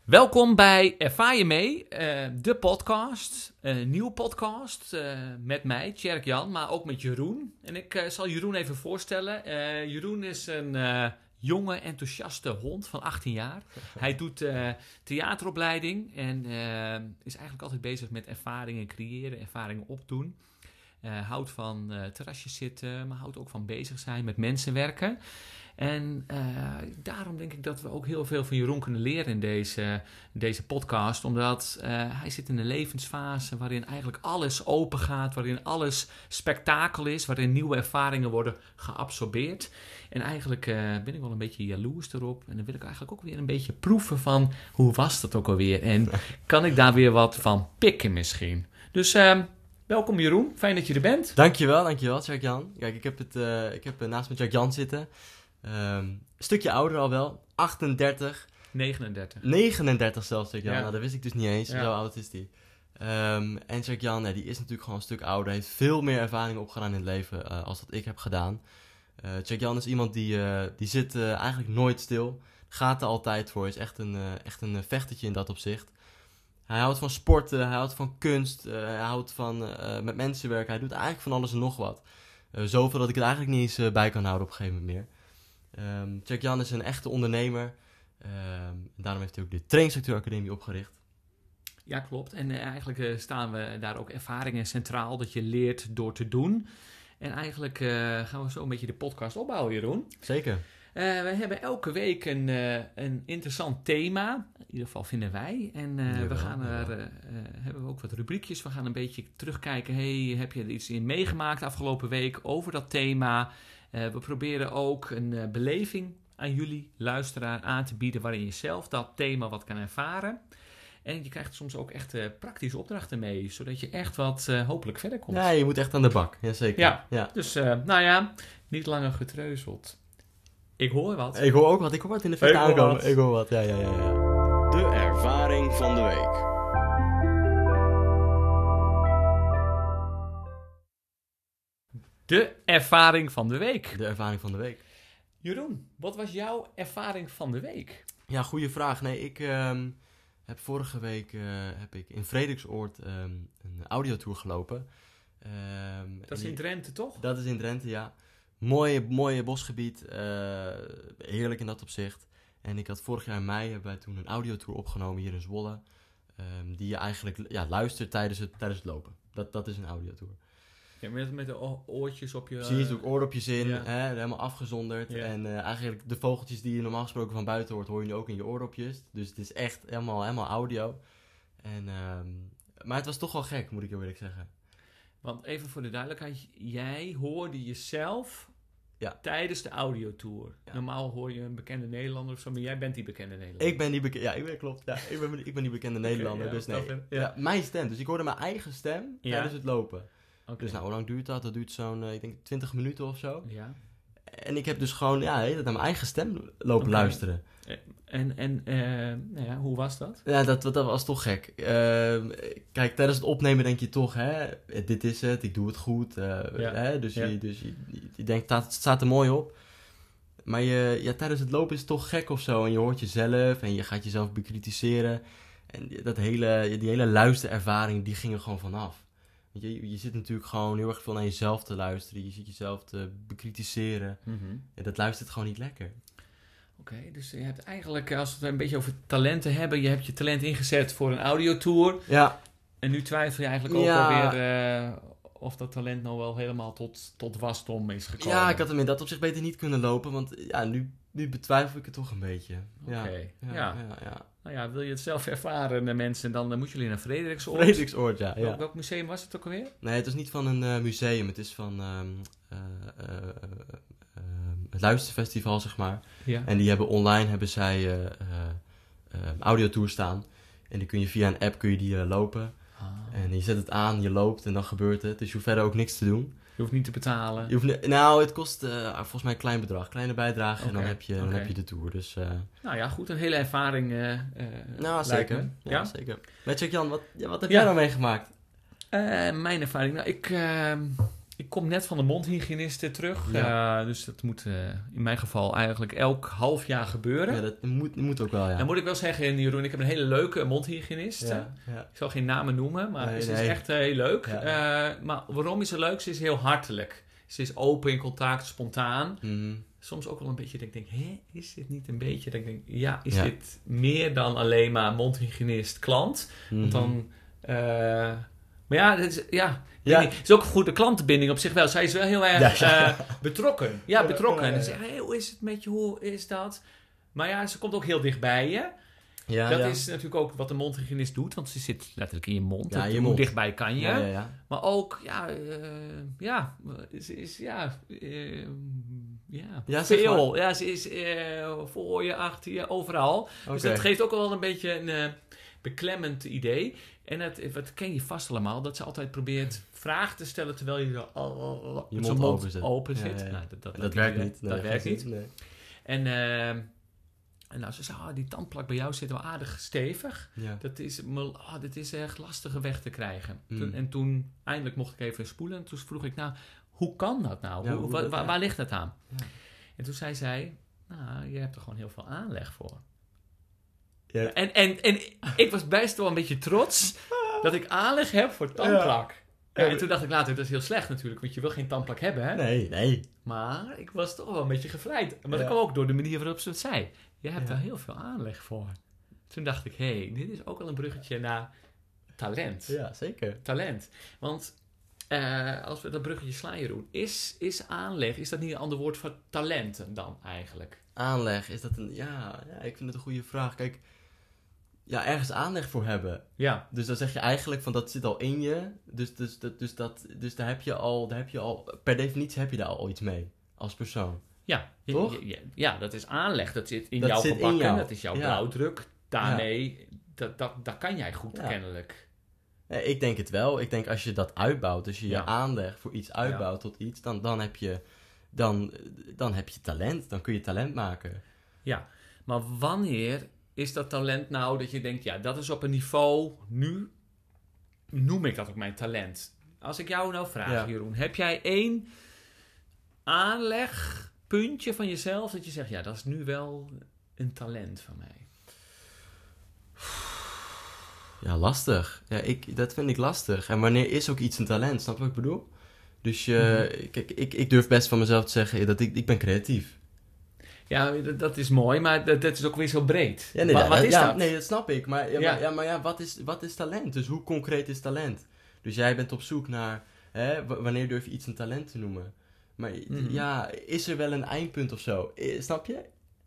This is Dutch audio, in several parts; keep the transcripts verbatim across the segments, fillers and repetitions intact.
Welkom bij Ervaar je mee, uh, de podcast, een uh, nieuwe podcast uh, met mij, Tjerk Jan, maar ook met Jeroen. En ik uh, zal Jeroen even voorstellen. Uh, Jeroen is een uh, jonge, enthousiaste hond van achttien jaar. Hij doet uh, theateropleiding en uh, is eigenlijk altijd bezig met ervaringen creëren, ervaringen opdoen. Uh, houdt van uh, terrasjes zitten, maar houdt ook van bezig zijn, met mensen werken. En uh, daarom denk ik dat we ook heel veel van Jeroen kunnen leren in deze, deze podcast. Omdat uh, hij zit in een levensfase waarin eigenlijk alles open gaat. Waarin alles spektakel is. Waarin nieuwe ervaringen worden geabsorbeerd. En eigenlijk uh, ben ik wel een beetje jaloers erop. En dan wil ik eigenlijk ook weer een beetje proeven van hoe was dat ook alweer. En kan ik daar weer wat van pikken misschien. Dus uh, welkom Jeroen, fijn dat je er bent. Dankjewel, dankjewel Tjerk Jan. Kijk, ik heb, het, uh, ik heb uh, naast me Tjerk Jan zitten. Um, een stukje ouder al wel, achtendertig. negenendertig. negenendertig zelfs, Tjerk Jan. Ja. Nou, dat wist ik dus niet eens. Ja. Zo oud is die. Um, en Tjerk Jan, ja, die is natuurlijk gewoon een stuk ouder. Heeft veel meer ervaring opgedaan in het leven uh, als dat ik heb gedaan. Uh, Tjerk Jan is iemand die, uh, die zit uh, eigenlijk nooit stil. Gaat er altijd voor. Is echt een, uh, echt een vechtertje in dat opzicht. Hij houdt van sporten, hij houdt van kunst, uh, hij houdt van uh, met mensen werken. Hij doet eigenlijk van alles en nog wat. Uh, zoveel dat ik het eigenlijk niet eens uh, bij kan houden op een gegeven moment meer. Um, Tjerk Jan is een echte ondernemer. Um, daarom heeft hij ook de Trainingsacteur Academie opgericht. Ja, klopt. En uh, eigenlijk uh, staan we daar ook ervaringen centraal dat je leert door te doen. En eigenlijk uh, gaan we zo een beetje de podcast opbouwen, Jeroen. Zeker. Uh, we hebben elke week een, uh, een interessant thema. In ieder geval vinden wij. En uh, jawel, we gaan er, jawel. uh, uh, hebben we ook wat rubriekjes. We gaan een beetje terugkijken. Hey, heb je er iets in meegemaakt afgelopen week over dat thema? Uh, we proberen ook een uh, beleving aan jullie luisteraar aan te bieden waarin je zelf dat thema wat kan ervaren. En je krijgt soms ook echt uh, praktische opdrachten mee, zodat je echt wat uh, hopelijk verder komt. Ja, je moet echt aan de bak. Jazeker. Ja, ja. Dus uh, nou ja, niet langer getreuzeld. Ik hoor wat. Ik hoor ook wat. Ik hoor wat in de verte aankomen. Wat. Ik hoor wat, ja, ja, ja, ja. De ervaring van de week. De ervaring van de week. De ervaring van de week. Jeroen, wat was jouw ervaring van de week? Ja, goede vraag. Nee, ik um, heb vorige week uh, heb ik in Frederiksoord um, een audiotour gelopen. Um, Dat is in Drenthe, toch? Dat is in Drenthe, ja. Mooie, mooie bosgebied. Uh, heerlijk in dat opzicht. En ik had vorig jaar in mei hebben wij toen een audiotour opgenomen hier in Zwolle. Um, die je eigenlijk ja, luistert tijdens het, tijdens het lopen. Dat, dat is een audiotour. Ja, met, met de oortjes op je... Precies, ook oordopjes in, ja. hè, helemaal afgezonderd. Ja. En uh, eigenlijk de vogeltjes die je normaal gesproken van buiten hoort, hoor je nu ook in je oordopjes. Dus het is echt helemaal, helemaal audio. En, um, maar het was toch wel gek, moet ik heel eerlijk zeggen. Want even voor de duidelijkheid, jij hoorde jezelf ja. tijdens de audiotour. Ja. Normaal hoor je een bekende Nederlander of zo, maar jij bent die bekende Nederlander. Ik ben die bekende, ja, ik ben, klopt. Ja, ik, ben, ik ben die bekende okay, Nederlander, ja, dus nee. Ja. Ja, mijn stem, dus ik hoorde mijn eigen stem ja. tijdens het lopen. Okay. Dus nou, hoe lang duurt dat? Dat duurt zo'n, uh, ik denk, twintig minuten of zo. Ja. En ik heb dus gewoon, ja, naar mijn eigen stem lopen okay. luisteren. En, en uh, nou ja, hoe was dat? Ja, dat, dat was toch gek. Uh, kijk, tijdens het opnemen denk je toch, hè, dit is het, ik doe het goed. Uh, ja. hè, dus ja. je, dus je, je denkt, het staat er mooi op. Maar je, ja, tijdens het lopen is het toch gek of zo. En je hoort jezelf en je gaat jezelf bekritiseren. En dat hele, die hele luisterervaring, die ging er gewoon vanaf. Je, je zit natuurlijk gewoon heel erg veel naar jezelf te luisteren. Je zit jezelf te bekritiseren. Mm-hmm. En dat luistert gewoon niet lekker. Oké, okay, dus je hebt eigenlijk, als we het een beetje over talenten hebben... je hebt je talent ingezet voor een audiotour. Ja. En nu twijfel je eigenlijk ook ja. alweer... Uh, of dat talent nou wel helemaal tot, tot wasdom is gekomen. Ja, ik had hem in dat opzicht beter niet kunnen lopen. Want ja, nu, nu betwijfel ik het toch een beetje. Oké, okay. ja. Ja, ja, ja. Nou ja, wil je het zelf ervaren, de mensen, dan uh, moeten jullie naar Frederiksoord. Frederiksoord, ja. ja. Welk, welk museum was het ook alweer? Nee, het is niet van een uh, museum. Het is van um, uh, uh, uh, uh, het Luisterfestival, zeg maar. Ja. En die hebben online hebben zij uh, uh, uh, audiotour staan. En die kun je via een app kun je die uh, lopen. Ah. En je zet het aan, je loopt en dan gebeurt het. Dus je hoeft verder ook niks te doen. Je hoeft niet te betalen. Je hoeft ne- nou, het kost uh, volgens mij een klein bedrag. Kleine bijdrage okay. en dan heb, je, okay. dan heb je de tour. Dus, uh... Nou ja, goed. Een hele ervaring uh, uh, Nou, zeker. Ja, ja? zeker. Met Tjerk Jan, wat, ja, wat heb ja. jij nou meegemaakt? Uh, mijn ervaring? Nou, ik... Uh, ik kom net van de mondhygiëniste terug. Ja. Uh, dus dat moet uh, in mijn geval eigenlijk elk half jaar gebeuren. Ja, dat moet, moet ook wel, ja. Dan moet ik wel zeggen, Jeroen, ik heb een hele leuke mondhygiënist. Ja, ja. Ik zal geen namen noemen, maar Nee, ze nee. is echt uh, heel leuk. Ja. Uh, maar waarom is ze leuk? Ze is heel hartelijk. Ze is open in contact, spontaan. Mm. Soms ook wel een beetje dat ik denk, hé, is dit niet een beetje? Dat ik denk, ja, is Ja. dit meer dan alleen maar mondhygiënist klant? Mm. Want dan... Uh, maar ja, dat is, ja, Ja. het is ook een goede klantenbinding op zich wel. Zij is wel heel erg Ja, ja. uh, betrokken. Ja, betrokken. Ja, ja, ja. En ze zegt, hey, hoe is het met je? Hoe is dat? Maar ja, ze komt ook heel dichtbij je. Ja, dat ja. is natuurlijk ook wat de mondhygiënist doet. Want ze zit letterlijk in je mond. Ja, Dat- je hoe mond. dichtbij kan je? Ja, ja, ja. Maar ook, ja, uh, ja, ze is, ja, uh, ja, Ja, zeg veel. maar. Ja, ze is uh, voor je, achter je, overal. Dus Oké. dat geeft ook wel een beetje een uh, beklemmend idee. En het, wat ken je vast allemaal, dat ze altijd probeert vragen te stellen terwijl je zo, oh, oh, oh, Je met mond zo'n open zit. open Ja, zit. ja, ja. Nou, dat dat, Dat, dat werkt niet. niet. Dat Nee, werkt geen niet. zin. Nee. En, uh, en nou, ze zei, oh, die tandplak bij jou zit wel aardig stevig. Ja. Dat is, oh, dit is echt lastige weg te krijgen. Mm. Toen, en toen, eindelijk mocht ik even spoelen. En toen vroeg ik, nou, hoe kan dat nou? Ja, hoe, hoe wa- dat- waar, ja. waar ligt dat aan? Ja. En toen zei zij, nou, je hebt er gewoon heel veel aanleg voor. Ja. En, en, en ik was best wel een beetje trots dat ik aanleg heb voor tandplak. Ja, en toen dacht ik later, dat is heel slecht natuurlijk, want je wil geen tandplak hebben, hè? Nee, nee. Maar ik was toch wel een beetje gevleid. Maar dat Ja. kwam ook door de manier waarop ze het zei. Je hebt Ja. er heel veel aanleg voor. Toen dacht ik, hé, hey, dit is ook wel een bruggetje naar talent. Ja, zeker. Talent. Want eh, als we dat bruggetje slaan, Jeroen, is, is aanleg, is dat niet een ander woord voor talenten dan eigenlijk? Aanleg, is dat een... Ja, ja, ik vind het een goede vraag. Kijk, ja, ergens aanleg voor hebben. Ja. Dus dan zeg je eigenlijk van dat zit al in je. Dus, dus, dat, dus, dat, dus daar, heb je al, daar heb je al... Per definitie heb je daar al iets mee. Als persoon. Ja, je- Toch? je- je- ja, dat is aanleg. Dat zit in Dat jouw zit in gebakken. jou. Dat is jouw Ja. blauwdruk. Daarmee, dat, dat, dat kan jij goed Ja. kennelijk. Eh, Ik denk het wel. Ik denk als je dat uitbouwt, als je Ja. je aanleg voor iets uitbouwt tot iets, dan, dan, heb je, dan, dan heb je talent. Dan kun je talent maken. Ja, maar wanneer is dat talent nou dat je denkt, ja, dat is op een niveau, nu noem ik dat ook mijn talent. Als ik jou nou vraag, Ja. Jeroen, heb jij één aanlegpuntje van jezelf dat je zegt, ja, dat is nu wel een talent van mij? Ja, lastig. Ja, ik, dat vind ik lastig. En wanneer is ook iets een talent? Snap je wat ik bedoel? Dus je, Mhm. kijk, ik, ik durf best van mezelf te zeggen dat ik, ik ben creatief. Ja, dat, dat is mooi, maar dat, dat is ook weer zo breed. Ja, nee, Wa- dat- wat is ja, dat? Nee, dat snap ik. Maar ja, Ja. maar, ja, maar ja, wat is, wat is talent? Dus hoe concreet is talent? Dus jij bent op zoek naar, hè, w- wanneer durf je iets een talent te noemen? Maar Mhm. ja, is er wel een eindpunt of zo? Eh, Snap je?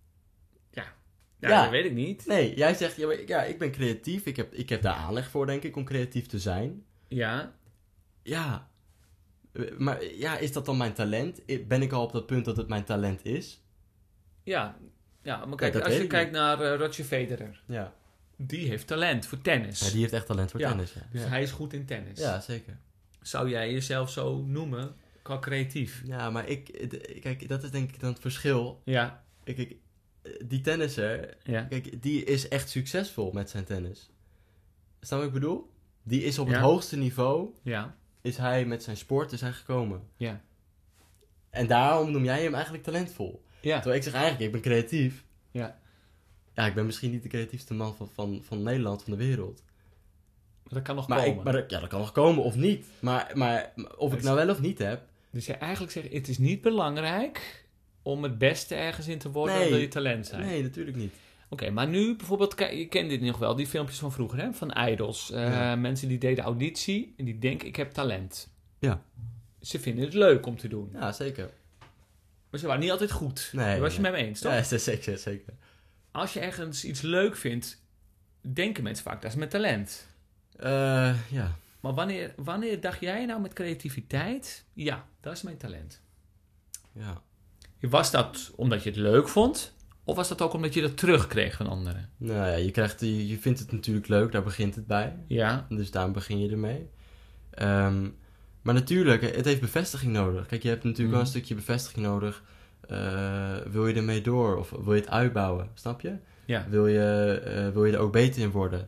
Ja, Ja. dat weet ik niet. Nee, jij zegt, ja, maar, ja, ik ben creatief. Ik heb, ik heb daar aanleg voor, denk ik, om creatief te zijn. Ja, Ja. Eh, Maar ja, is dat dan mijn talent? I- Ben ik al op dat punt dat het mijn talent is? ja. Ja, maar kijk, dat als weet je ik kijkt naar uh, Roger Federer, Ja. die heeft talent voor tennis. Ja, die heeft echt talent voor Ja. tennis. Ja, Dus ja. hij is goed in tennis. Ja, zeker. Zou jij jezelf zo noemen, qua creatief? Ja, maar ik... d- Kijk, dat is denk ik dan het verschil. Ja, Kijk, ik, die tennisser... ja. Kijk, die is echt succesvol met zijn tennis. Snap je wat ik bedoel? Die is op Ja. het hoogste niveau... Ja, Is hij met zijn sport is hij gekomen. ja. En daarom noem jij hem eigenlijk talentvol. Ja, Terwijl ik zeg eigenlijk, ik ben creatief. ja. Ja, ik ben misschien niet de creatiefste man van, van, van Nederland, van de wereld. Maar dat kan nog Maar, komen. ik, maar dat- ja, dat kan nog komen of niet. Maar, maar of ik is- nou wel of niet heb... Dus je eigenlijk zegt, het is niet belangrijk om het beste ergens in te worden, Nee. dan wil je talent zijn. Nee, natuurlijk niet. Oké, maar nu bijvoorbeeld, kijk, je kent dit nog wel, die filmpjes van vroeger, hè? Van idols. Eh, Ja. Mensen die deden auditie en die denken, ik heb talent. Ja. Ze vinden het leuk om te doen. Ja, zeker. Maar ze waren niet altijd goed. Nee, Daar was je nee. met me eens, toch? Ja, zeker, zeker. Als je ergens iets leuk vindt, denken mensen vaak, dat is mijn talent. Eh, ja. Maar wanneer, wanneer dacht jij nou met creativiteit, ja, dat is mijn talent? Ja. Was dat omdat je het leuk vond? Of was dat ook omdat je dat terugkreeg van anderen? Nou ja, je, krijgt, je, je vindt het natuurlijk leuk, daar begint het bij. Ja, Dus daarom begin je ermee. Ehm, maar natuurlijk, het heeft bevestiging nodig. Kijk, je hebt natuurlijk wel een Mhm. stukje bevestiging nodig. Eh, wil je ermee door of wil je het uitbouwen? Snap je? ja, Wil je, eh, wil je er ook beter in worden?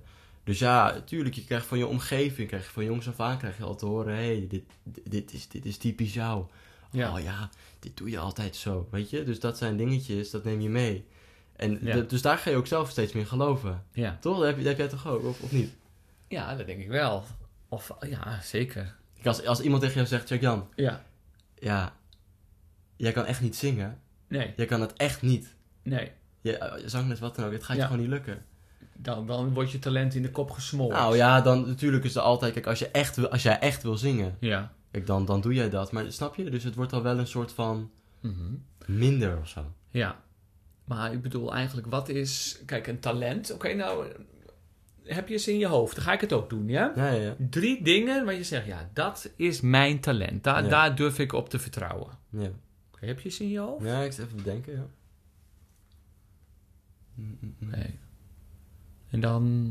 Dus ja, natuurlijk, je krijgt van je omgeving, krijg je van jongs af aan, krijg je al te horen, hé, hey, dit, dit, is, dit is typisch jou. Ja. Oh ja, dit doe je altijd zo, weet je? Dus dat zijn dingetjes, dat neem je mee. En Ja. d- dus daar ga je ook zelf steeds meer geloven. Ja. Toch? Dat heb, je, dat heb jij toch ook, of, of niet? Ja, dat denk ik wel. Of, ja, zeker. Kijk, Als, als iemand tegen jou zegt, Jack-Jan, Ja. ja, jij kan echt niet zingen. Nee, Jij kan het echt niet. nee. Je, je zangles, wat dan ook, het gaat Ja. je gewoon niet lukken. Dan, dan wordt je talent in de kop gesmoord. Nou ja, dan natuurlijk is er altijd, kijk, als, je echt wil, als jij echt wil zingen, Ja. kijk, dan, dan doe jij dat. Maar snap je? Dus het wordt al wel een soort van Mhm. minder of zo. Ja. Maar ik bedoel eigenlijk, wat is... Kijk, een talent. Oké, nou... Heb je ze in je hoofd? Dan ga ik het ook doen, ja? Ja, ja, ja. Drie dingen waar je zegt, ja, dat is mijn talent. Daar, Ja. daar durf ik op te vertrouwen. Ja, Oké, heb je ze in je hoofd? ja ik zit even bedenken, ja. Mm, mm, mm. Oké. En dan...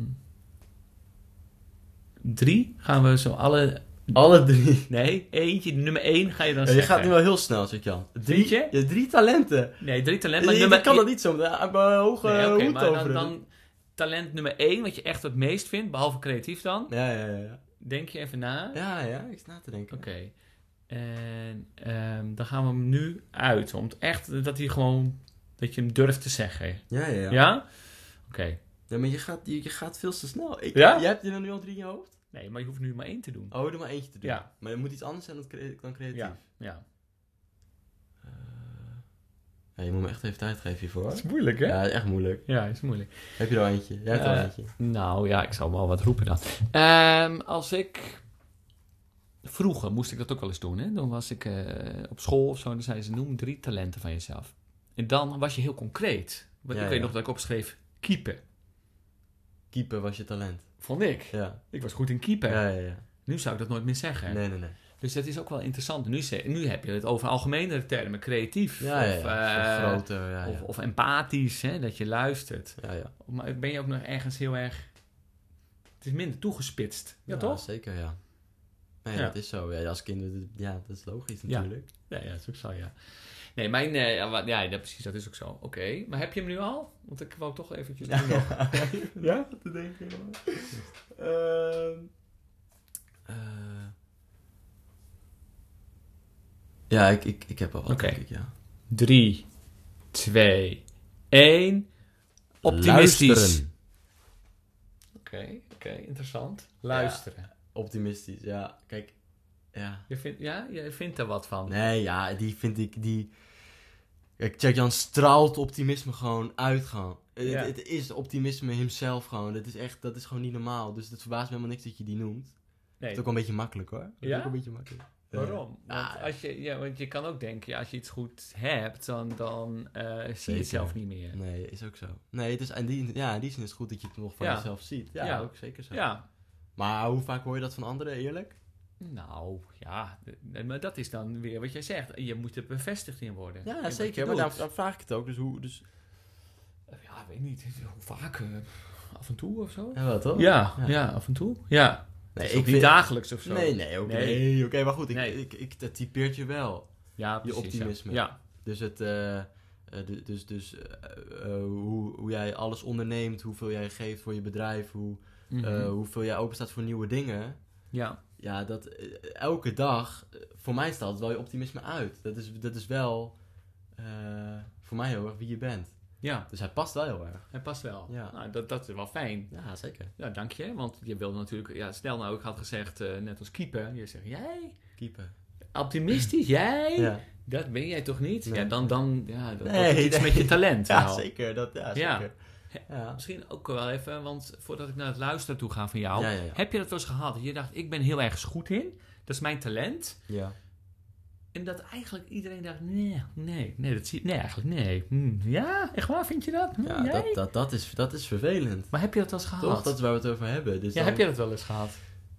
Drie gaan we zo alle... Alle drie. Nee, eentje, nummer één ga je dan Ja, je zeggen. gaat nu wel heel snel, zeg Jan. Drie, Vind je? Ja, drie talenten. Nee, drie talenten. Je, Maar je nummer kan één- dat niet zo met een mijn hoge Nee, oké, hoed maar over. dan, dan talent nummer één, wat je echt het meest vindt, behalve creatief dan. Ja, ja, ja, ja. Denk je even na. Ja, ja, ik sta na te denken. Oké. En ehm, dan gaan we hem nu uit. Om het echt, dat hij gewoon, dat je hem durft te zeggen. Ja, ja, ja. Ja? Oké. Ja, maar je gaat, je, je gaat veel te snel. Ik, Ja? Jij hebt er nu al drie in je hoofd? Nee, maar je hoeft nu maar één te doen. Oh, doe maar eentje te doen. Ja. Maar je moet iets anders zijn dan, crea- dan creatief. Ja. Ja. Eh, ja, je moet me echt even tijd geven hiervoor, hoor. Dat is moeilijk, hè? Ja, echt moeilijk. Ja, is moeilijk. Heb je er al eentje? Jij hebt er al Eh, eentje. Nou ja, ik zal wel wat roepen dan. Ehm, als ik... Vroeger moest ik dat ook wel eens doen. Hè? Dan was ik eh, op school of zo. En dan zeiden ze, noem drie talenten van jezelf. En dan was je heel concreet. Want Ja, ik weet ja. nog dat ik opschreef, keeper. Keeper was je talent. Vond ik. Ja. Ik was goed in keeper. Ja, ja, ja. Nu zou ik dat nooit meer zeggen. Nee, nee, nee. Dus dat is ook wel interessant. Nu, ze- nu heb je het over algemenere termen. Creatief. Ja, ja, of, ja. eh, Of groter, ja, of, ja. of empathisch. Hè? Dat je luistert. Ja, ja. Maar ben je ook nog ergens heel erg... Het is minder toegespitst. Ja, Ja, toch? zeker, ja. Nee, Ja. dat is zo. Ja, als kinderen, ja, dat is logisch Ja. natuurlijk. Ja, ja, dat is ook zo, ja. Nee, mijn... eh, ja, wa- ja, ja, precies, dat is ook zo. Oké, maar heb je hem nu al? Want ik wou toch eventjes... Ja, doen nog. ja? Wat te denken, hoor. Ehm, eh, ja, ik, ik, ik heb al wat, Oké. denk ik, ja. Drie, twee, één. Optimistisch. Luisteren. Oké, oké, interessant. Luisteren. Optimistisch, ja. Kijk, ja. Je vindt, ja, je vindt er wat van. Nee, ja, die vind ik, die... Kijk, Jack-Jan straalt optimisme gewoon uit, gewoon. Het- Ja. Het, het is optimisme himself gewoon. Dat is echt, dat is gewoon niet normaal. Dus het verbaast me helemaal niks dat je die noemt. Het Nee, is ook wel een beetje makkelijk, hoor. Het is Ja? ook een beetje makkelijk. waarom? Want, Ah. als je, ja, want je kan ook denken, ja, als je iets goed hebt, dan, dan eh, zie je Zeker. het zelf niet meer. Nee, is ook zo. Nee, het is, in, die, ja, in die zin is het goed dat je het nog van Ja. jezelf ziet. Ja, Ja. ook zeker zo. Ja, Maar hoe vaak hoor je dat van anderen, eerlijk? nou, ja, d- maar dat is dan weer wat jij zegt. Je moet er bevestigd in worden. Ja, In wat zeker. je Maar doet. dan, dan vraag ik het ook. Dus hoe... Dus... Ja, weet niet. Hoe vaak? eh, af en toe of zo? Ja, wel toch? Ja, Ja. ja, af en toe. Ja. Nee, Nee, ik ook niet vind- dagelijks of zo. Nee, nee, oké. Nee. Nee, oké, maar goed. Ik, Nee. ik, ik, dat typeert je wel. Ja, Je precies, optimisme. Ja. Dus, het, eh, eh, du- dus, dus eh, eh, hoe, hoe jij alles onderneemt, hoeveel jij geeft voor je bedrijf, hoe, ja. eh, Mhm. hoeveel jij openstaat voor nieuwe dingen. ja. Ja, dat eh, elke dag, eh, voor mij staat het wel je optimisme uit. Dat is, dat is wel eh, voor mij heel erg wie je bent. Ja, Dus hij past wel heel erg. het past wel. Ja. Nou, dat, dat is wel fijn. Ja, zeker. Ja, dank je. Want je wilde natuurlijk... Ja, stel nou, ik had gezegd, eh, net als keeper. Je zegt, jij? Keeper. Optimistisch? Jij? Ja, Dat ben jij toch niet? Nee. Ja, dan... dan ja, dat Nee, wordt iets nee. met je talent. ja wel. zeker. Dat, ja, Ja. zeker. Ja. Misschien ook wel even, want voordat ik naar het luisteren toe ga van jou... Ja, ja, ja. Heb je dat wel eens gehad? Dat je dacht, ik ben heel erg goed in. Dat is mijn talent. Ja. En dat eigenlijk iedereen dacht, nee, nee, nee, dat zie nee, eigenlijk nee. Hm, ja, echt waar, vind je dat? Hm, Ja, jij? dat, dat, dat, is, dat is vervelend. Maar heb je dat wel eens gehad? Toch? Dat is waar we het over hebben. Dus ja, dan- heb je dat wel eens gehad?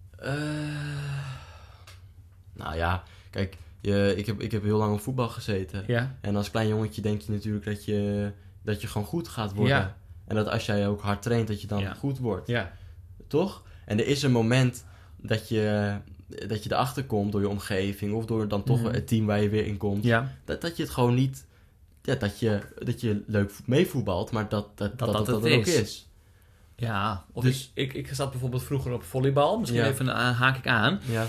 Eh, nou ja, kijk, je, ik, heb, ik heb heel lang op voetbal gezeten. Ja. En als klein jongetje denk je natuurlijk dat je, dat je gewoon goed gaat worden. Ja. En dat als jij ook hard traint, dat je dan Ja. goed wordt. Ja. Toch? En er is een moment dat je, dat je erachter komt door je omgeving... of door dan toch Mhm. het team waar je weer in komt. Ja. Dat, dat je het gewoon niet... Ja, dat, je, dat je leuk meevoetbalt, maar dat dat, dat, dat, dat dat, het er ook is. is. Ja, of Dus- ik, ik, ik zat bijvoorbeeld vroeger op volleybal. Misschien Ja. even aan, haak ik aan. Ja.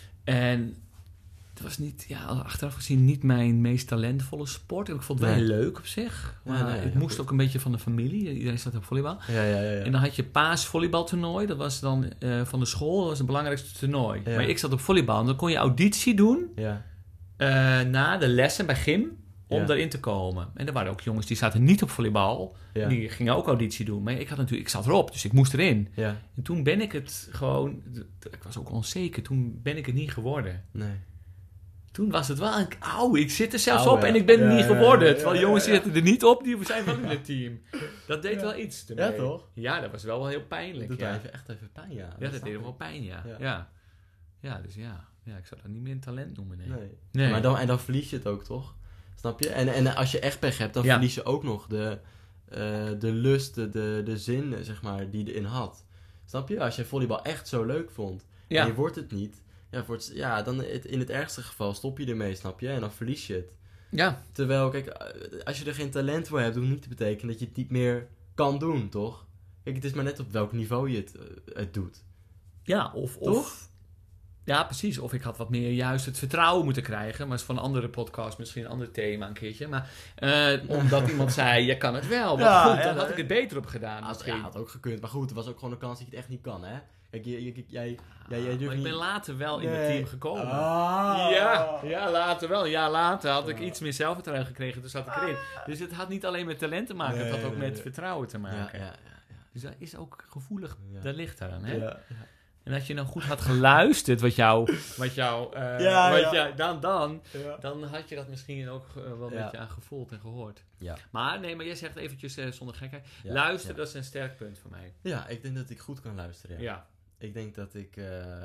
En het was niet, ja, achteraf gezien niet mijn meest talentvolle sport. Ik vond het wel Nee. heel leuk op zich. Ja, Maar nee, het heel moest goed. ook een beetje van de familie. Iedereen zat op volleybal. Ja, ja, ja. ja. En dan had je paas volleybaltoernooi. Dat was dan eh, van de school. Dat was het belangrijkste toernooi. Ja. Maar ik zat op volleybal. En dan kon je auditie doen ja. eh, na de lessen bij gym. Om Ja. daarin te komen. En er waren ook jongens die zaten niet op volleybal. Ja. Die gingen ook auditie doen. Maar ik had natuurlijk, ik zat erop. Dus ik moest erin. Ja. En toen ben ik het gewoon... Ik was ook onzeker. Toen ben ik het niet geworden. Nee. Toen was het wel een... Auw, ik zit er zelfs Auw, op ja. en ik ben er Ja, niet ja, geworden. ja, Terwijl ja, jongens ja. zitten er niet op, die zijn wel in het team. Dat deed Ja. wel iets ermee. Ja, toch? Ja, dat was wel wel heel pijnlijk. Dat ja. deed even, echt even pijn, ja. Ja, dat snap deed ik. wel pijn, ja. Ja. Ja, ja. dus ja. ja. Ik zou dat niet meer een talent noemen, nee. Nee. Nee. Maar dan, en dan verlies je het ook, toch? Snap je? En, en als je echt pech hebt, dan Ja. verlies je ook nog de, eh, de lust, de, de, de zin, zeg maar, die je erin had. Snap je? Als je volleybal echt zo leuk vond, Ja. en je wordt het niet, ja, voor het, ja dan het, in het ergste geval stop je ermee, snap je? En dan verlies je het. Ja. Terwijl, kijk, eh, als je er geen talent voor hebt, hoeft niet te betekenen dat je het niet meer kan doen, toch? Kijk, het is maar net op welk niveau je het, eh, het doet. Ja, of... Toch? of ja, precies. Of ik had wat meer juist het vertrouwen moeten krijgen. Maar is van een andere podcast misschien een ander thema een keertje. Maar eh, omdat iemand zei, je kan het wel. Maar Ja, goed, ja, dan had dat- ik het beter op gedaan Had, misschien. ja, had ook gekund. Maar goed, er was ook gewoon een kans dat je het echt niet kan, hè? Kijk, je, je, jij, jij, jij maar durft ik ben niet... later wel in het Nee. team gekomen. Ah. Ja, ja, later wel. Een jaar later had ik iets meer zelfvertrouwen gekregen. Toen zat ik erin. Dus het had niet alleen met talent te maken. het Nee, had ook nee, met nee. vertrouwen te Ja, maken. ja, ja. ja. Dus dat is ook gevoelig. Ja. Dat ligt daaraan. Hè? Ja, ja. En als je nou goed had geluisterd wat jou... Wat jou, eh, Ja, wat ja. jou dan, dan, Ja. dan had je dat misschien ook eh, wel een Ja. beetje aan gevoeld en gehoord. Ja. Maar nee, maar jij zegt eventjes eh, zonder gekheid. Ja, Luisteren, ja. dat is een sterk punt voor mij. Ja, ik denk dat ik goed kan luisteren. Ja. Ja. Ik denk dat ik eh,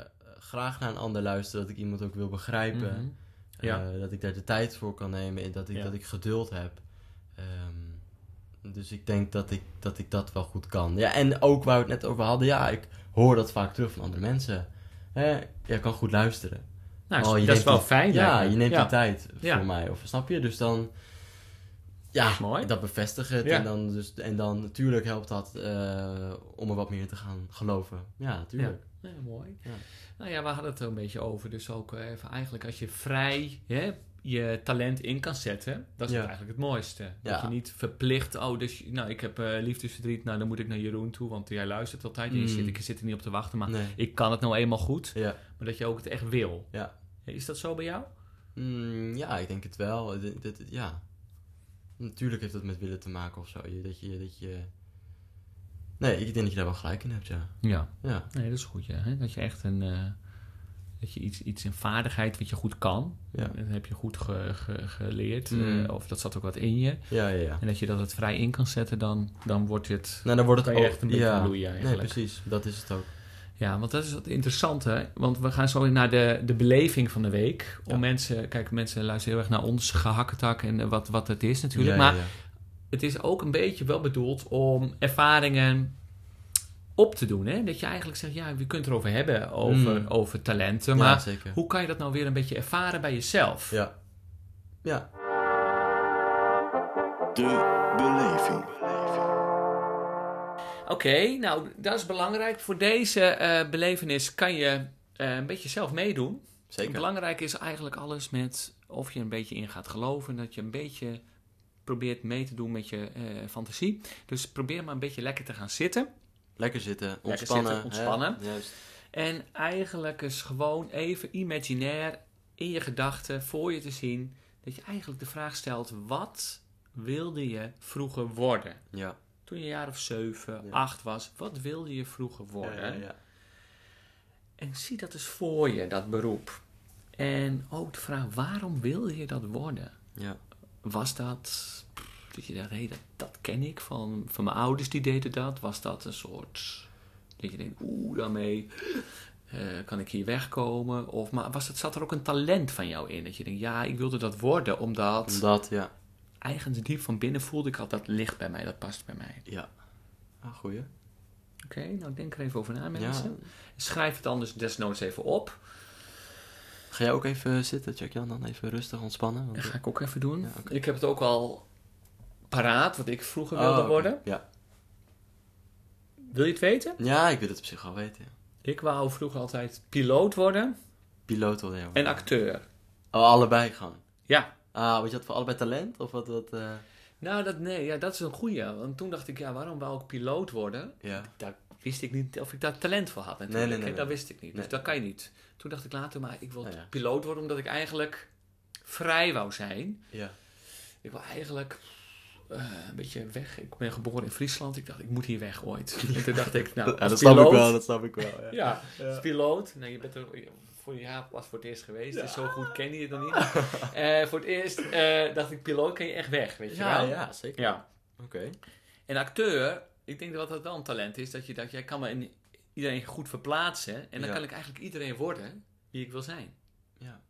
graag naar een ander luister, dat ik iemand ook wil begrijpen. Mhm. Ja. Eh, dat ik daar de tijd voor kan nemen en dat ik, Ja. dat ik geduld heb. Ehm, dus ik denk dat ik, dat ik dat wel goed kan. Ja, en ook waar we het net over hadden, ja, ik hoor dat vaak terug van andere mensen. Hè? Jij kan goed luisteren. Nou, Oh, je dat is neemt wel die- fijn. Ja, lijkt me. je neemt ja. de tijd voor Ja. mij. Of snap je? Dus dan... Ja, is mooi. dat bevestigt het. Ja. En, dan dus, en dan natuurlijk helpt dat eh, om er wat meer in te gaan geloven. Ja, natuurlijk. Ja, mooi. Ja. Nou ja, we hadden het er een beetje over. Dus ook eh, even eigenlijk als je vrij hè, je talent in kan zetten. Dat is Ja. het eigenlijk het mooiste. Dat Ja. je niet verplicht, oh, dus, nou, ik heb eh, liefdesverdriet. Nou, dan moet ik naar Jeroen toe, want jij luistert altijd. En je Mm. zit, ik zit er niet op te wachten, maar Nee. ik kan het nou eenmaal goed. Ja. Maar dat je ook het echt wil. Ja. Is dat zo bij jou? Mm, ja, ik denk het wel. Dit, dit- ja. Natuurlijk heeft dat met willen te maken of zo. Je, dat, je, dat je... Nee, ik denk dat je daar wel gelijk in hebt, ja. Ja. Ja. Nee, dat is goed, ja. Hè? Dat je echt een... eh, dat je iets, iets in vaardigheid wat je goed kan. Ja. Dat heb je goed ge- ge- geleerd. Mm. eh, of dat zat ook wat in je. Ja, ja, ja. En dat je dat het vrij in kan zetten, dan, dan wordt het... Nou, dan wordt het kan je ook... echt een beetje ja. bloeien Nee, eigenlijk. precies. Dat is het ook. Ja, want dat is wat interessante. Want we gaan zo naar de, de beleving van de week. Om Ja. mensen... Kijk, mensen luisteren heel erg naar ons gehakketak en eh, wat, wat het is natuurlijk. Ja, maar ja, ja. het is ook een beetje wel bedoeld om ervaringen op te doen. Hè? Dat je eigenlijk zegt, ja, je kunt het erover hebben, over, Mm. over talenten. Ja, Maar zeker. hoe kan je dat nou weer een beetje ervaren bij jezelf? Ja. Ja. De beleving. Oké, nou, dat is belangrijk. Voor deze eh, belevenis kan je eh, een beetje zelf meedoen. Zeker. Belangrijk is eigenlijk alles met of je een beetje in gaat geloven. Dat je een beetje probeert mee te doen met je eh, fantasie. Dus probeer maar een beetje lekker te gaan zitten. Lekker zitten, ontspannen. zitten, ontspannen. Hè? Juist. En eigenlijk is gewoon even imaginair in je gedachten voor je te zien. Dat je eigenlijk de vraag stelt, wat wilde je vroeger worden? Ja. Toen je een jaar of zeven, Ja. acht was, wat wilde je vroeger worden? Ja, ja, ja. En zie dat eens voor je, dat beroep. En ook de vraag, waarom wilde je dat worden? Ja. Was dat, dat je dacht, hé, dat, dat ken ik van, van mijn ouders die deden dat? Was dat een soort, dat je denkt, oeh, daarmee eh, kan ik hier wegkomen? Of maar was het, zat er ook een talent van jou in? Dat je denkt, ja, ik wilde dat worden, omdat Omdat, ja. eigens diep van binnen voelde ik al, dat ligt bij mij, dat past bij mij. Ja. Ah, goeie. Oké, nou denk er even over na, Ja. mensen. Schrijf het anders desnoods even op. Ga jij ook even zitten, Jack-Jan, dan even rustig ontspannen? Want Dat ga ik ook even doen. Ja, oké. Ik heb het ook al paraat, wat ik vroeger Oh, wilde oké. worden. Ja. Wil je het weten? Ja, ik wil het op zich wel weten. Ja. Ik wou vroeger altijd piloot worden Piloot wilde je en worden. acteur. Oh, allebei gewoon. Ja. Ah, want je had voor allebei talent? Of wat? wat uh... Nou, dat, nee, ja, dat is een goeie. Want toen dacht ik, ja, waarom wou ik piloot worden? Ja. Daar wist ik niet of ik daar talent voor had natuurlijk. Nee, nee, nee, hè, dat nee. wist ik niet. Nee. Dus dat kan je niet. Toen dacht ik later, maar ik wil Nou ja. piloot worden omdat ik eigenlijk vrij wou zijn. Ja. Ik wil eigenlijk uh, een beetje weg. Ik ben geboren in Friesland. Ik dacht, ik moet hier weg ooit. En toen dacht ik, nou, Ja, als dat piloot, snap ik wel, dat snap ik wel. Ja. Ja, Ja. als piloot. Nou, je bent er voor een jaar pas voor het eerst geweest. Ja. Dus zo goed ken je het nog niet. uh, voor het eerst uh, dacht ik, piloot kan je echt weg, weet je Ja, wel? ja, zeker. Ja. Oké. Okay. En acteur, ik denk dat dat wel een talent is. Dat je, dat jij kan me in iedereen goed verplaatsen. En dan Ja. kan ik eigenlijk iedereen worden wie ik wil zijn. Ja.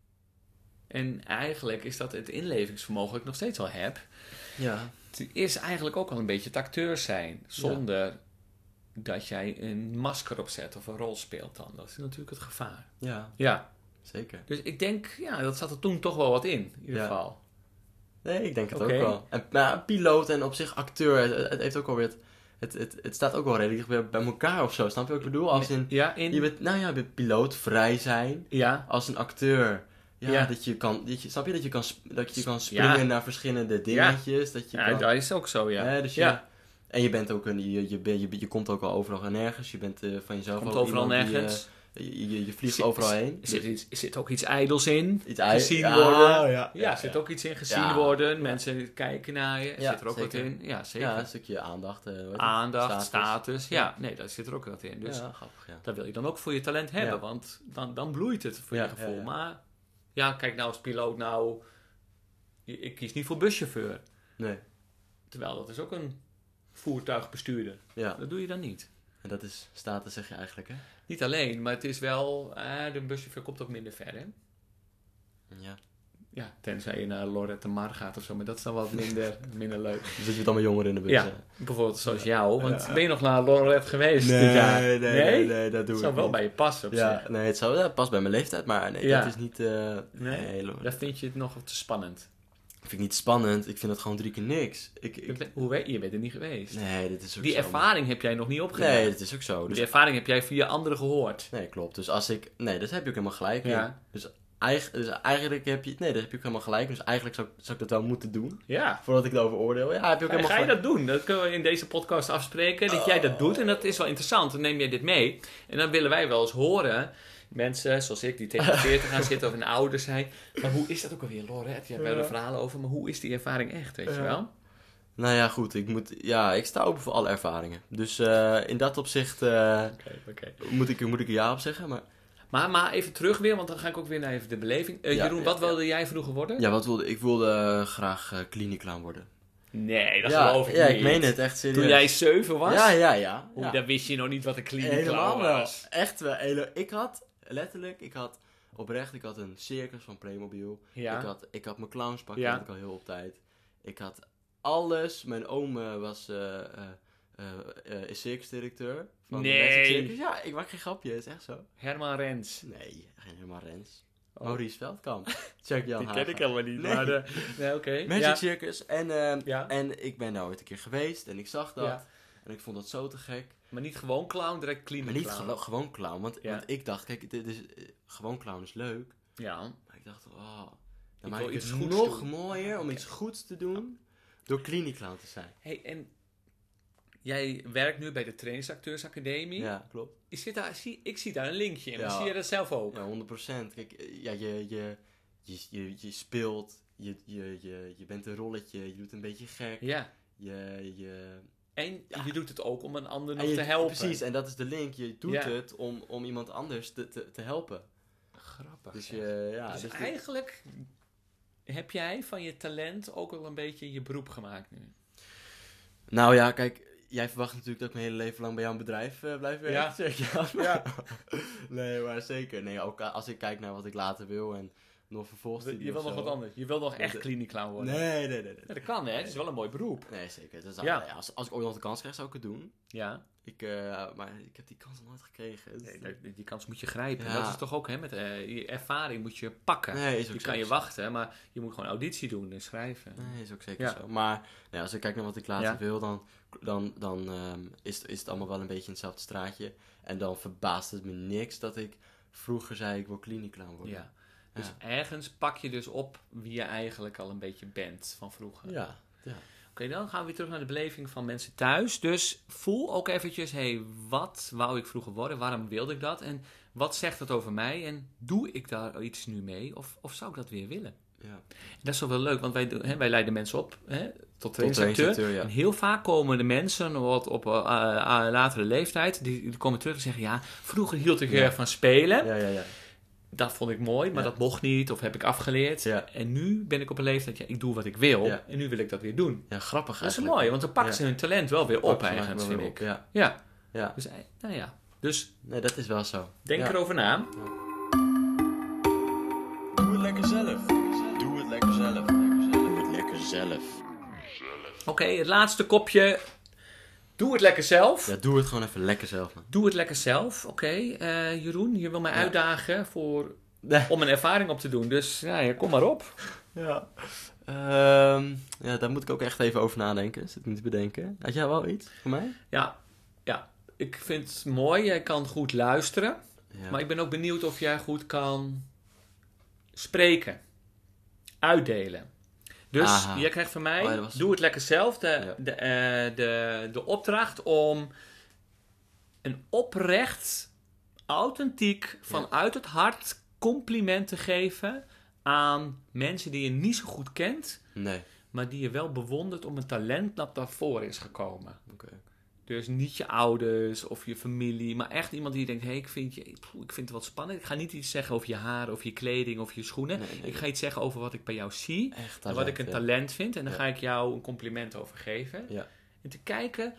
En eigenlijk is dat het inlevingsvermogen dat ik nog steeds al heb. Ja. Het is eigenlijk ook al een beetje het acteur zijn. Zonder dat jij een masker opzet of een rol speelt dan. Dat is natuurlijk het gevaar. Ja, Ja. zeker. Dus ik denk, ja, dat zat er toen toch wel wat in. In ieder Ja. geval. Nee, ik denk het Oké. ook wel. En, maar piloot en op zich acteur, het, het heeft ook alweer het, het, het, het staat ook wel redelijk weer bij elkaar of zo. Snap je wat ik bedoel? Als in, Ja, in... je bent, nou ja, je bent piloot, vrij zijn. Ja. Als een acteur, ja, Ja. dat je kan, dat je, snap je dat je kan, sp- dat je kan springen Ja. naar verschillende dingetjes. Dat je Ja, kan, dat is ook zo, ja. hè, dus je, ja. En je bent ook een, je, je, ben- je, je komt ook al overal en nergens. Je bent uh, van jezelf Komt ook overal iemand die, nergens. uh, je, je, je vliegt Zit- overal heen. Zit, iets, zit ook iets ijdels in? Iets ei- gezien ja, worden? Ja, Ja, ja, zit ja. ook iets in gezien Ja. worden. Mensen kijken naar je. Ja, zit er ook zeker. wat in? Ja, zeker. Ja, een stukje aandacht. uh, hoe heet het? Aandacht, status. Ja. Ja. nee, daar zit er ook wat in. Dus Ja, grappig, ja. dat wil je dan ook voor je talent hebben. Ja. Want dan, dan bloeit het voor Ja, je gevoel. ja, ja. Maar ja, kijk nou als piloot nou... Ik kies niet voor buschauffeur. Nee, Terwijl dat is ook een voertuigbestuurder. ja. Dat doe je dan niet. En dat is status, zeg je eigenlijk, hè? Niet alleen, maar het is wel... Eh, de buschauffeur komt ook minder ver, hè? Ja. Ja, tenzij je naar Lorette Mar gaat of zo. Maar dat is dan wat minder, minder leuk. Dus dat je het allemaal jongeren in de bus. Ja, hè? bijvoorbeeld zoals jou. Want Ja. ben je nog naar Lorette geweest dit Nee, jaar? nee, nee, nee, nee, dat doe Dat ik zou wel niet. bij je passen op Ja, zich. nee, het zou, ja, het past bij mijn leeftijd, maar nee, Ja. dat is niet... eh Nee? nee, lo- Dat vind je het nog te spannend. vind ik niet spannend. Ik vind het gewoon drie keer niks. Ik, Je ik, bent- Hoe weet je? Je bent er niet geweest. nee, dit is ook Die zo. ervaring heb jij nog niet opgedaan. Nee, dat is ook zo. Dus, Die ervaring heb jij via anderen gehoord. nee, klopt. Dus als ik... Nee, dat heb je ook helemaal gelijk in. Ja. Dus, eigen, dus eigenlijk heb je... Nee, dat heb je ook helemaal gelijk. Dus eigenlijk zou, zou ik dat wel moeten doen. Ja. Voordat ik erover oordeel. Ja, heb je ook Ga, helemaal ga je gelijk. dat doen? Dat kunnen we in deze podcast afspreken. Dat jij dat doet. En dat is wel interessant. Dan neem jij dit mee. En dan willen wij wel eens horen. Mensen zoals ik die tegen de veertig gaan zitten of een ouder zijn. Maar hoe is dat ook alweer, Lorette? Je hebt daar Ja. een verhalen over. Maar hoe is die ervaring echt? Weet je Ja. wel? Nou ja, goed. Ik, moet, ja, ik sta open voor alle ervaringen. Dus eh, in dat opzicht eh, Oké, oké. moet, ik, moet ik er ja op zeggen. Maar Maar, maar even terug weer, want dan ga ik ook weer naar even de beleving. Eh, Ja, Jeroen, ja, wat ja. wilde jij vroeger worden? ja, wat wilde ik? wilde graag uh, kliniekclown worden. Nee, dat ja, geloof ik ja, niet. ik meen het echt serieus. Toen jij zeven was? Ja, ja, ja. Oeh, ja. dan wist je nog niet wat een kliniek Helemaal wel. was. Echt wel. hele- Ik had, letterlijk, ik had oprecht, ik had een circus van Playmobil. Ja. Ik, had, ik had mijn clownspak, Ja. dat had ik al heel op tijd. Ik had alles. Mijn oom eh, was, eh, eh, eh, eh, is circusdirecteur. Van de Nee. Magic Circus. Ja, ik maak geen grapje, het is echt zo. Herman Rens. Nee, geen helemaal Rens. Oh. Maurice Veldkamp. Check Jan Die ken Haga. ik helemaal niet. Nee. Maar de, nee, oké. Magic Ja. Circus. En, eh, Ja. en ik ben daar ooit een keer geweest en ik zag dat. Ja. En ik vond dat zo te gek. Maar niet gewoon clown, direct kliniek Maar niet clown. gelo- gewoon clown. Want, Ja. want ik dacht, kijk, dit is, eh, gewoon clown is leuk. Ja. Maar ik dacht, oh, dan wil maak ik iets het goeds nog doen. mooier om Oké. iets goeds te doen door kliniekclown te zijn. Hey, en jij werkt nu bij de Trainingsacteursacademie. Ja, klopt. Ik, zit daar, zie, ik zie daar een linkje in. Ja. Maar zie je dat zelf ook? Ja, honderd procent. Kijk, eh, ja, je, je, je, je, je speelt, je, je, je, je bent een rolletje, je doet een beetje gek. Ja. Je, je, En Ja. je doet het ook om een ander en nog je- te helpen. Precies, en dat is de link. Je doet Ja. het om, om iemand anders te, te, te helpen. Grappig. Dus zeg. je, ja, dus dus dit- eigenlijk heb jij van je talent ook wel een beetje je beroep gemaakt nu. Nou ja, kijk, jij verwacht natuurlijk dat ik mijn hele leven lang bij jouw bedrijf uh, blijf werken. Ja. Zeg je. Ja. Nee, maar zeker. Nee, ook als ik kijk naar wat ik later wil en nog vervolgstudie Je wil of nog zo. wat anders. Je wil nog echt de- kliniekclown worden. Nee, nee, nee. nee. Ja, dat kan, hè? Het is wel een mooi beroep. Nee, zeker. Dat is Ja. ja. als, als ik ooit nog de kans krijg, zou ik het doen. Ja. Ik, uh, maar ik heb die kans nog nooit gekregen. Dus- Nee, die, die kans moet je grijpen. Ja. Dat is toch ook, hè? Met uh, je ervaring moet je pakken. Nee, is ook je zeker kan je zo. wachten, maar je moet gewoon auditie doen en schrijven. Nee, is ook zeker Ja. zo. Maar nee, als ik kijk naar wat ik later Ja. wil, dan, dan, dan um, is, is het allemaal wel een beetje in hetzelfde straatje. En dan verbaast het me niks dat ik vroeger zei ik wil kliniekclown worden. Ja. Dus Ja. ergens pak je dus op wie je eigenlijk al een beetje bent van vroeger. Ja, ja. Oké, dan gaan we weer terug naar de beleving van mensen thuis. Dus voel ook eventjes, hé, hey, wat wou ik vroeger worden? Waarom wilde ik dat? En wat zegt dat over mij? En doe ik daar iets nu mee? Of, of zou ik dat weer willen? ja. Dat is wel wel leuk, want wij, hè, wij leiden mensen op hè, tot Tot trainingsacteur. trainingsacteur, ja. En heel vaak komen de mensen wat op uh, uh, latere leeftijd, die, die komen terug en zeggen, ja, vroeger hield ik Ja. erg van spelen. Ja, ja, ja. Dat vond ik mooi, maar Ja. dat mocht niet of heb ik afgeleerd. Ja. En nu ben ik op een leeftijd, ja, ik doe wat ik wil. Ja. En nu wil ik dat weer doen. Ja, grappig Dat is eigenlijk. mooi, want dan pakken Ja. ze hun talent wel weer op Pak ze eigenlijk, wel vind weer ik. op, Ja, Ja, ja. dus, eh, nou ja. Dus Nee, dat is wel zo. denk ja. erover na. Doe het lekker zelf. Doe het lekker zelf. Doe het lekker zelf. Oké, het laatste kopje. Doe het lekker zelf. Ja, doe het gewoon even lekker zelf, man. Doe het lekker zelf. Oké, eh, Jeroen, je wil mij Ja. uitdagen voor, Nee. om een ervaring op te doen. Dus ja, ja, kom maar op. Ja. Ehm, ja, daar moet ik ook echt even over nadenken. Zit ik niet te bedenken. Had jij wel iets voor mij? Ja, ja, ik vind het mooi. Jij kan goed luisteren. Ja. Maar ik ben ook benieuwd of jij goed kan spreken. Uitdelen. Dus Aha. jij krijgt van mij, Oh ja, dat was- doe het lekker zelf, de, Ja. de, eh, de, de opdracht om een oprecht, authentiek, vanuit het hart compliment te geven aan mensen die je niet zo goed kent, Nee. maar die je wel bewondert om een talent dat daarvoor is gekomen. Oké. Dus niet je ouders of je familie, maar echt iemand die denkt, hé, hey, ik, vind je, poeh, ik vind het wat spannend. Ik ga niet iets zeggen over je haar of je kleding of je schoenen. Nee, nee, ik ga iets zeggen over wat ik bij jou zie Echt en wat ik een ja. talent vind. En dan Ja. ga ik jou een compliment over geven. Ja. En te kijken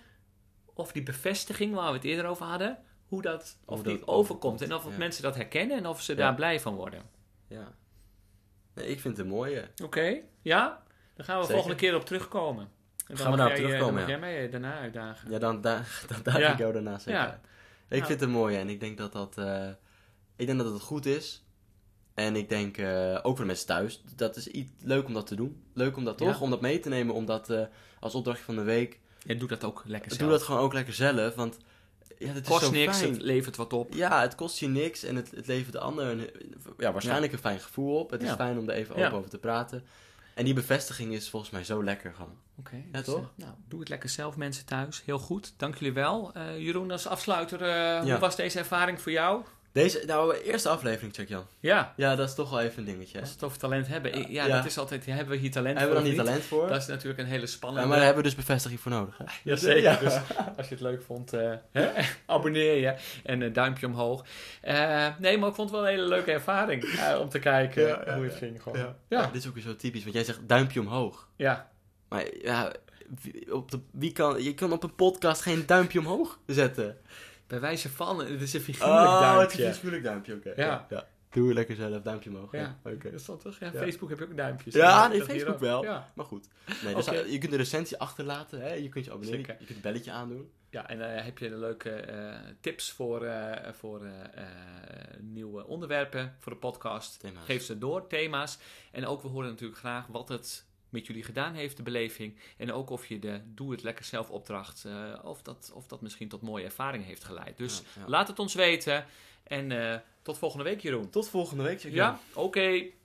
of die bevestiging waar we het eerder over hadden, hoe dat, of Hoe die dat overkomt. overkomt, En of ja. mensen dat herkennen en of ze Ja. daar blij van worden. Ja. Nee, ik vind het een mooie. Oké, ja? Dan gaan we Zeker. volgende keer op terugkomen. En Gaan we mag daarop jij, eh, terugkomen, Dan mag ja. jij mij daarna uitdagen. Ja, dan, da dan daag Ja. ik jou daarna zeker Ja. uit. Ik Nou. vind het een mooie en ik denk dat dat, eh, ik denk dat het goed is. En ik denk, eh, ook voor de mensen thuis, dat is iets leuk om dat te doen. Leuk om dat toch, Ja. om dat mee te nemen, om dat eh, als opdrachtje van de week. En doe dat ook lekker zelf. Doe dat gewoon ook lekker zelf, want ja, het is Kost zo niks, fijn. het levert wat op. Ja, het kost je niks en het, het levert de ander een, ja, waarschijnlijk een fijn gevoel op. Het is Ja. fijn om er even Ja. open over te praten. En die bevestiging is volgens mij zo lekker gewoon. Oké, Ja, dus, toch? eh, nou, doe het lekker zelf, mensen thuis. Heel goed, dank jullie wel. Eh, Jeroen, als afsluiter, eh, hoe Ja. was deze ervaring voor jou? Deze, nou, eerste aflevering, check Jan. Ja, Ja, dat is toch wel even een dingetje. Hè? als we het over talent hebben. Ik- Ja, Ja. dat is altijd, hebben we hier talent Hebben we voor er niet of talent voor? Dat is natuurlijk een hele spannende... Ja, maar daar hebben we dus bevestiging voor nodig. Hè? Jazeker, Ja. dus als je het leuk vond, eh, hè, abonneer je en een duimpje omhoog. Eh, nee, maar ik vond het wel een hele leuke ervaring eh, om te kijken Ja, ja, hoe het ja. ging. Gewoon. Ja. Ja. Ja, dit is ook weer zo typisch, want jij zegt duimpje omhoog. Ja. Maar ja, wie, op de, wie kan, je kan op een podcast geen duimpje omhoog zetten. Bij wijze van, het is een figuurlijk Oh, duimpje. het is een figuurlijk duimpje, oké. Ja. ja. Doe het lekker zelf, duimpje omhoog. Ja. Ja, oké. Dat is dan toch? Ja, Ja. Facebook heb je ook duimpjes. Ja, Dat nee, hier Facebook ook. wel. Ja. Maar goed. Nee, dus, Oké. uh, je kunt een recensie achterlaten, hè? Je kunt je abonneren, Zeker. je kunt het belletje aandoen. Ja, en uh, heb je leuke uh, tips voor, uh, voor uh, uh, nieuwe onderwerpen voor de podcast? Thema's. Geef ze door, thema's. En ook, we horen natuurlijk graag wat het met jullie gedaan heeft, de beleving. En ook of je de Doe het lekker zelf opdracht, uh, of, dat, of dat misschien tot mooie ervaringen heeft geleid. Dus Ja, ja. laat het ons weten. En uh, tot volgende week, Jeroen. Tot volgende week, zeg Ja, oké. Okay.